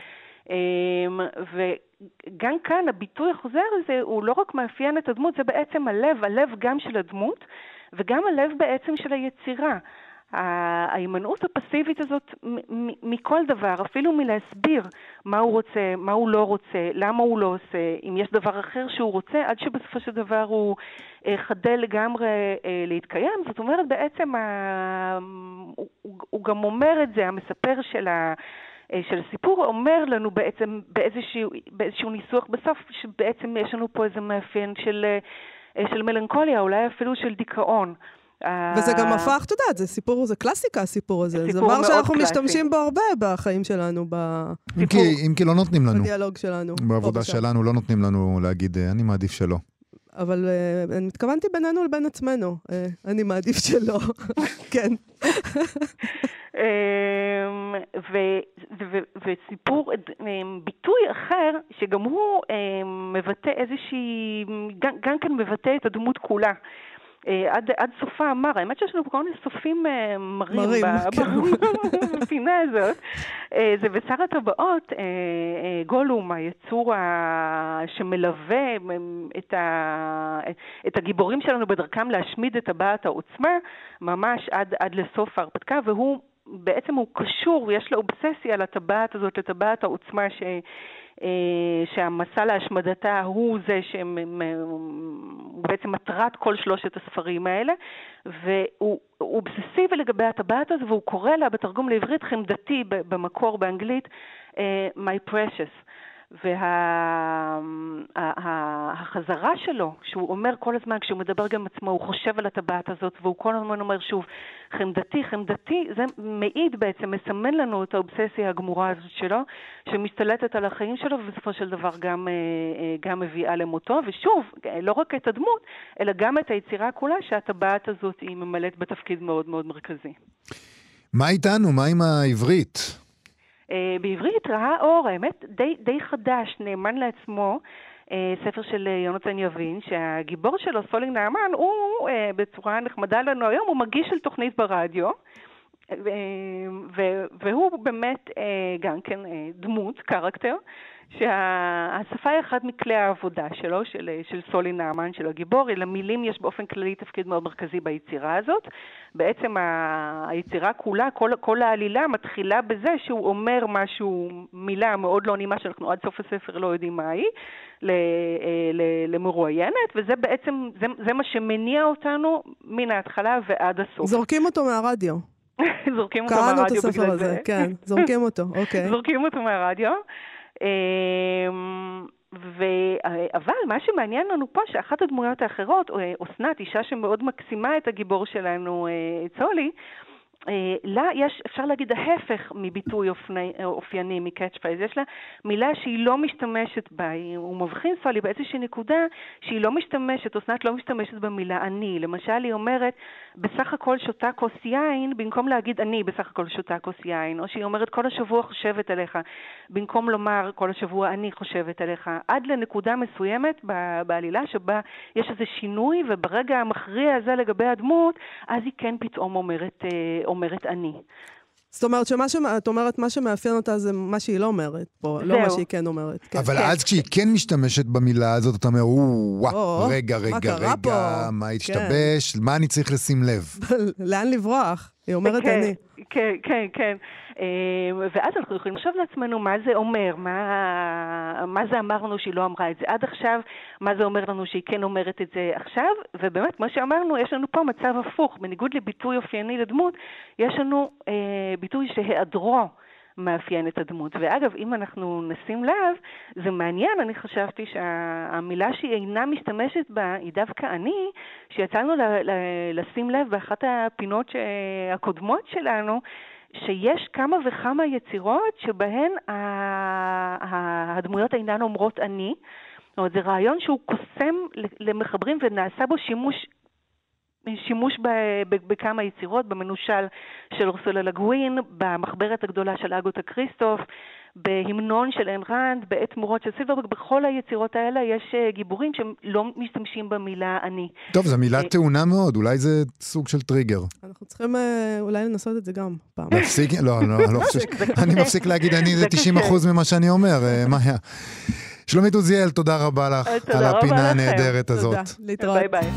Speaker 8: וגם כאן הביטוי החוזר הזה, הוא לא רק מאפיין את הדמות, זה בעצם הלב גם של הדמות, וגם הלב בעצם של היצירה. ההימנעות הפסיבית הזאת מכל דבר, אפילו מלהסביר מה הוא רוצה, מה הוא לא רוצה, למה הוא לא עושה, אם יש דבר אחר שהוא רוצה, עד שבסופו של דבר הוא חדל לגמרי להתקיים. זאת אומרת, בעצם הוא גם אומר את זה, המספר של הסיפור אומר לנו בעצם באיזשהו ניסוח בסוף, שבעצם יש לנו פה איזה מאפיין של מלנכוליה, אולי אפילו של דיכאון.
Speaker 5: וזה גם הפך, אתה יודעת, זה קלאסיקה הסיפור הזה. זה דבר שאנחנו משתמשים בו הרבה בחיים שלנו,
Speaker 6: אם כי לא נותנים לנו.
Speaker 5: בדיאלוג שלנו.
Speaker 6: בעבודה שלנו לא נותנים לנו להגיד, אני מעדיף שלא.
Speaker 5: אבל אני התכוונתי בינינו לבין עצמנו. אני מעדיף שלא. כן.
Speaker 8: וסיפור, ביטוי אחר, שגם הוא מבטא איזושהי, גם כן מבטא את הדמות כולה. עד סופה אמר, האמת שיש לנו כל מיני סופים מרים בפינה הזאת. זה בשר הטבעות, גולום, היצור שמלווה את הגיבורים שלנו בדרכם להשמיד את טבעת העוצמה, ממש עד לסוף ההרפתקה, והוא בעצם הוא קשור, יש לו אובססיה לטבעת הזאת, לטבעת העוצמה שהמסע להשמדתה הוא זה שבעצם מטרת כל שלושת הספרים האלה, והוא אובססיבי לגבי הטבעת הזו, והוא קורא לה בתרגום לעברית חמדתי במקור באנגלית, my precious. והחמדה החזרה שלו, שהוא אומר כל הזמן, כשהוא מדבר גם עצמו, הוא חושב על הטבעת הזאת, והוא כל הזמן אומר שוב, חמדתי, חמדתי, זה מעיד בעצם, מסמן לנו את האובססיה הגמורה הזאת שלו, שמשתלטת על החיים שלו, ובסופו של דבר גם מביאה למותו, ושוב, לא רק את הדמות, אלא גם את היצירה כולה, שהטבעת הזאת היא ממלאת בתפקיד מאוד מאוד מרכזי.
Speaker 6: מה איתנו? מה עם העברית?
Speaker 8: בעברית ראה אור, האמת, די חדש, נאמן לעצמו, ספר של יונתן יבין, שהגיבור שלו, סולי נעמן, הוא בצורה נחמדה לנו היום, הוא מגיש של תוכנית ברדיו, והוא באמת גם כן דמות, קרקטר, שהשפה היא אחד מכלי העבודה שלו, של סולי נעמן, של הגיבור. למילים יש באופן כללי תפקיד מאוד מרכזי ביצירה הזאת. בעצם היצירה כולה, כל העלילה מתחילה בזה שהוא אומר משהו, מילה מאוד לא נעימה, שאנחנו עד סוף הספר לא יודעים מה היא, למרואיינת, וזה בעצם, זה מה שמניע אותנו מן ההתחלה ועד הסוף.
Speaker 5: זורקים אותו מהרדיו.
Speaker 8: זורקים אותו מהרדיו
Speaker 5: בגלל זה. קראנו את הספר הזה, כן, זורקים אותו, אוקיי.
Speaker 8: זורקים אותו מהרדיו. אבל מה שמעניין לנו פה, שאחת הדמויות האחרות, אסנת, אישה שמאוד מקסימה את הגיבור שלנו, צולי, לה יש, אפשר להגיד, ההפך מביטוי אופייני, מקאץ' פרייז. יש לה מילה שהיא לא משתמשת בה. הוא מבחין סולי באיזושהי נקודה שהיא לא משתמשת, אסנת לא משתמשת במילה אני. למשל, היא אומרת, בסך הכל שותה כוס יין, במקום להגיד אני בסך הכל שותה כוס יין. או שהיא אומרת, כל השבוע חושבת עליך, במקום לומר, כל השבוע אני חושבת עליך. עד לנקודה מסוימת בעלילה שבה יש איזה שינוי, וברגע המכריע הזה לגבי הדמות, אז היא כן פתאום אומרת אני.
Speaker 5: זאת אומרת את אומרת מה שמאפיין אותה זה מה שהיא לא אומרת פה, לא מה שהיא כן אומרת.
Speaker 6: אבל אז כשהיא כן משתמשת במילה הזאת, אתה אומר, רגע, מה התשתבש? מה אני צריך לשים לב?
Speaker 5: לאן לברוח? היא אומרת אני.
Speaker 8: כן. ואז אנחנו יכולים לחשוב לעצמנו מה זה אומר, מה זה אמרנו שהיא לא אמרה את זה עד עכשיו, מה זה אומר לנו שהיא כן אומרת את זה עכשיו, ובאמת, כמו שאמרנו, יש לנו פה מצב הפוך, בניגוד לביטוי אופייני לדמות, יש לנו ביטוי שהיעדרו מאפיין את הדמות. ואגב, אם אנחנו נשים לב, זה מעניין, אני חשבתי שהמילה שהיא אינה משתמשת בה היא דווקא אני, שיצאנו לשים לב באחת הפינות הקודמות שלנו, שיש כמה וכמה יצירות שבהן הדמויות אינן אומרות אני. זאת אומרת, זה רעיון שהוא קוסם למחברים ונעשה בו שימוש בכמה יצירות, במנושל של אורסולה לגווין, במחברת הגדולה של אגותה כריסטוף, בהמנון של אין רנד, בעת תמורות של סילברברג, בכל היצירות האלה יש גיבורים שהם לא משתמשים במילה אני.
Speaker 6: טוב, זו מילה טעונה מאוד, אולי זה סוג של טריגר.
Speaker 5: אנחנו צריכים אולי לנסות את זה גם פעם.
Speaker 6: להפסיק? לא, אני מפסיק להגיד אני זה 90% ממה שאני אומר, מה היה? שלומית עוזיאל, תודה רבה לך על הפינה הנהדרת הזאת.
Speaker 5: תודה, להתראות.
Speaker 8: ביי ביי.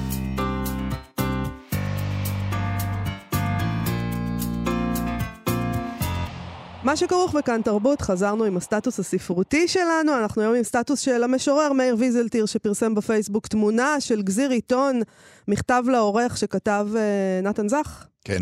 Speaker 5: מה שכרוך בכאן תרבות, חזרנו עם הסטטוס הספרותי שלנו, אנחנו היום עם סטטוס של המשורר מאיר ויזלטיר, שפרסם בפייסבוק תמונה של גזיר עיתון, מכתב לעורך שכתב נתן זך.
Speaker 6: כן.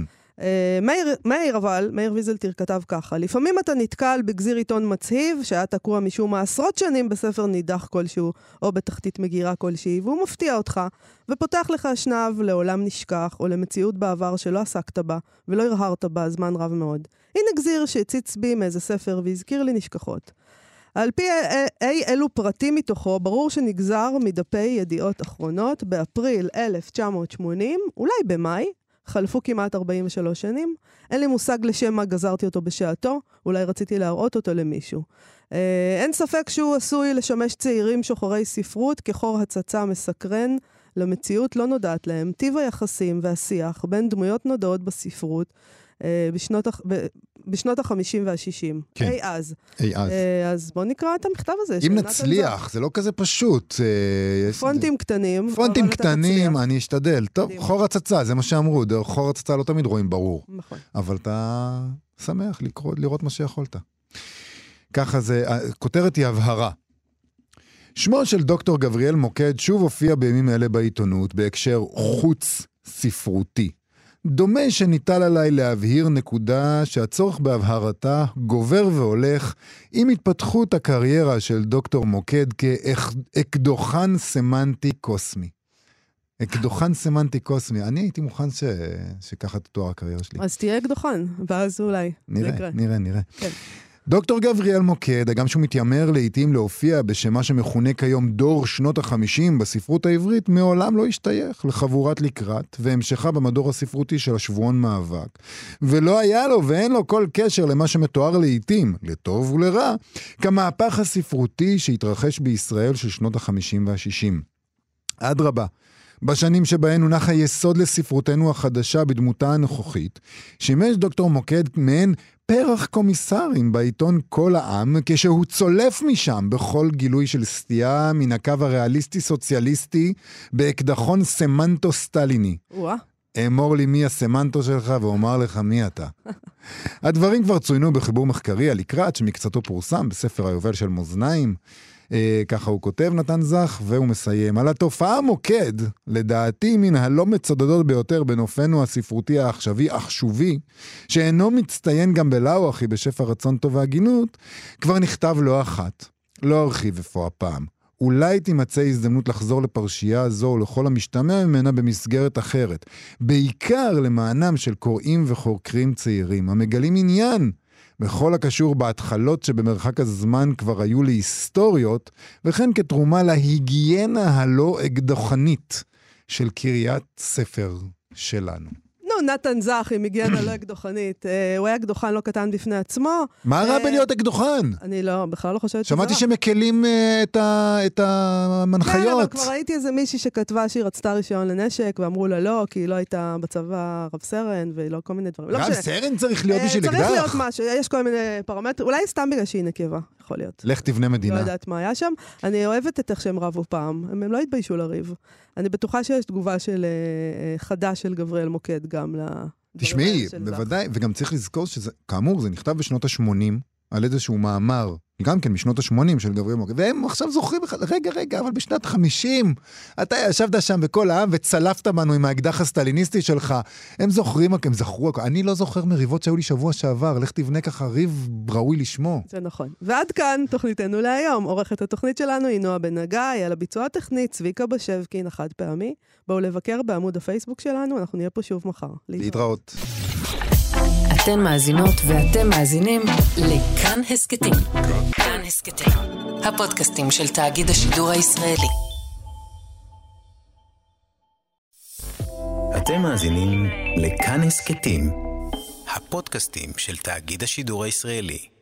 Speaker 5: מאיר ויזלטיר כתב ככה, לפעמים אתה נתקל בגזיר עיתון מצהיב, שהיה תקוע משום מה עשרות שנים בספר נידח כלשהו, או בתחתית מגירה כלשהי, והוא מפתיע אותך, ופותח לך אשנב לעולם נשכח, או למציאות בעבר שלא עסקת בה, ולא הרהרת בה זמן רב מאוד. הנה גזיר שהציץ בי מאיזה ספר, והזכיר לי נשכחות. על פי אילו פרטים מתוכו, ברור שנגזר מדפי ידיעות אחרונות, באפריל 1980, אולי במאי, חלפו כמעט 43 שנים. אין לי מושג לשם מה גזרתי אותו בשעתו, אולי רציתי להראות אותו למישהו. אין ספק שהוא עשוי לשמש צעירים שוחרי ספרות כחור הצצה מסקרן למציאות לא נודעת להם, טיב היחסים והשיח בין דמויות נודעות בספרות בשנות ה-50 וה-60.
Speaker 6: כן.
Speaker 5: אי אז. אז בואו נקרא את המכתב הזה.
Speaker 6: אם נצליח, זה לא כזה פשוט.
Speaker 5: פונטים קטנים.
Speaker 6: פונטים קטנים, אני אשתדל. טוב, חור הצצה, זה מה שאמרו. חור הצצה לא תמיד רואים ברור.
Speaker 5: נכון.
Speaker 6: אבל אתה שמח לראות מה שיכולת. ככה זה, הכותרת היא הבהרה. שמו של דוקטור גבריאל מוקד שוב הופיע בימים אלה בעיתונות, בהקשר חוץ ספרותי. דומה שניטל עליי להבהיר נקודה שהצורך בהבהרתה גובר והולך עם התפתחות הקריירה של דוקטור מוקד כאקדוחן סמנטי קוסמי. אקדוחן סמנטי קוסמי. אני הייתי מוכן שככה תואר הקריירה שלי.
Speaker 5: אז תהיה אקדוחן, ואז אולי.
Speaker 6: נראה.
Speaker 5: כן.
Speaker 6: דוקטור גבריאל מוקד, הגם שהוא מתיימר לעתים להופיע בשמה שמכונה כיום דור שנות ה-50 בספרות העברית, מעולם לא השתייך לחבורת לקראת והמשכה במדור הספרותי של השבועון מאבק. ולא היה לו ואין לו כל קשר למה שמתואר לעתים, לטוב ולרע, כמהפך הספרותי שהתרחש בישראל של שנות ה-50 וה-60. אדרבה, בשנים שבהן הונח היסוד לספרותנו החדשה בדמותה הנוכחית, שימש דוקטור מוקד מעין פרח קומיסרים בעיתון כל העם, כשהוא צולף משם בכל גילוי של סטייה מן הקו הריאליסטי-סוציאליסטי באקדחון סמנטו-סטליני. אמור לי מי הסמנטו שלך ואומר לך מי אתה. הדברים כבר צוינו בחיבור מחקרי על לקראת, שמקצתו פורסם בספר היובל של מאזניים. ככה הוא כותב נתן זך, והוא מסיים. על התופעה מוקד, לדעתי מן הלא מצודדות ביותר בנופנו הספרותי העכשווי, עכשווי, שאינו מצטיין גם בלאו אחי בשפע רצון טוב והגינות, כבר נכתב לא אחת. לא ארחיב איפה הפעם. אולי תימצא הזדמנות לחזור לפרשייה הזו ולכל המשתמע ממנה במסגרת אחרת. בעיקר למענם של קוראים וחוקרים צעירים, המגלים עניין בכל הקשור בהתחלות שבמרחק הזמן כבר היו להיסטוריות, וכן כתרומה להיגיינה הלא אקדוחנית של קריאת ספר שלנו.
Speaker 5: נתן זך עם היגיינה לא אקדוחנית. הוא היה אקדוחן לא קטן בפני עצמו.
Speaker 6: מה רע בלהיות אקדוחן?
Speaker 5: אני לא, בכלל לא חושבת שזה.
Speaker 6: שמעתי שמקלים את המנחיות.
Speaker 5: כן, אבל כבר ראיתי איזה מישהי שכתבה שהיא רצתה רישיון לנשק, ואמרו לה לא, כי היא לא הייתה בצבא רב סרן, ולא כל מיני דברים.
Speaker 6: רב סרן צריך להיות בשביל אקדח?
Speaker 5: צריך להיות משהו, יש כל מיני פרמטרים, אולי סתם בגלל שהיא נקבה, יכול להיות.
Speaker 6: לך תבנה מדינה.
Speaker 5: לא יודעת מה היה שם. אני אוהבת את איך שהם רבו פעם, הם לא התביישו לריב. אני בטוחה שיש תגובה של חדש של גבריאל מוקד גם
Speaker 6: תשמעי, בוודאי, וגם צריך לזכור שזה, כאמור, זה נכתב בשנות ה-80, על איזשהו מאמר, גם כן משנות ה-80 של גבריאל מוקד, והם עכשיו זוכרים, רגע, אבל בשנת 50, אתה ישבת שם בכל העם וצלפת בנו עם האקדח הסטליניסטי שלך, הם זוכרים, הם זכרו, אני לא זוכר מריבות שהיו לי שבוע שעבר, לך תבנה ככה ריב ראוי לשמו.
Speaker 5: זה נכון. ועד כאן תוכניתנו להיום. עורכת התוכנית שלנו היא נועה בן נגי, על הביצוע הטכנית צביקה בשבקין, החד פעמי. בואו לבקר בעמוד הפייסבוק שלנו, אנחנו נהיה פה שוב מחר.
Speaker 6: להתראות.
Speaker 2: אתן מאזינות ואתם מאזינים לכאן הסקטים. כאן הסקטים, הפודקאסטים של תאגיד השידור הישראלי.
Speaker 1: אתם מאזינים לכאן הסקטים, הפודקאסטים של תאגיד השידור הישראלי.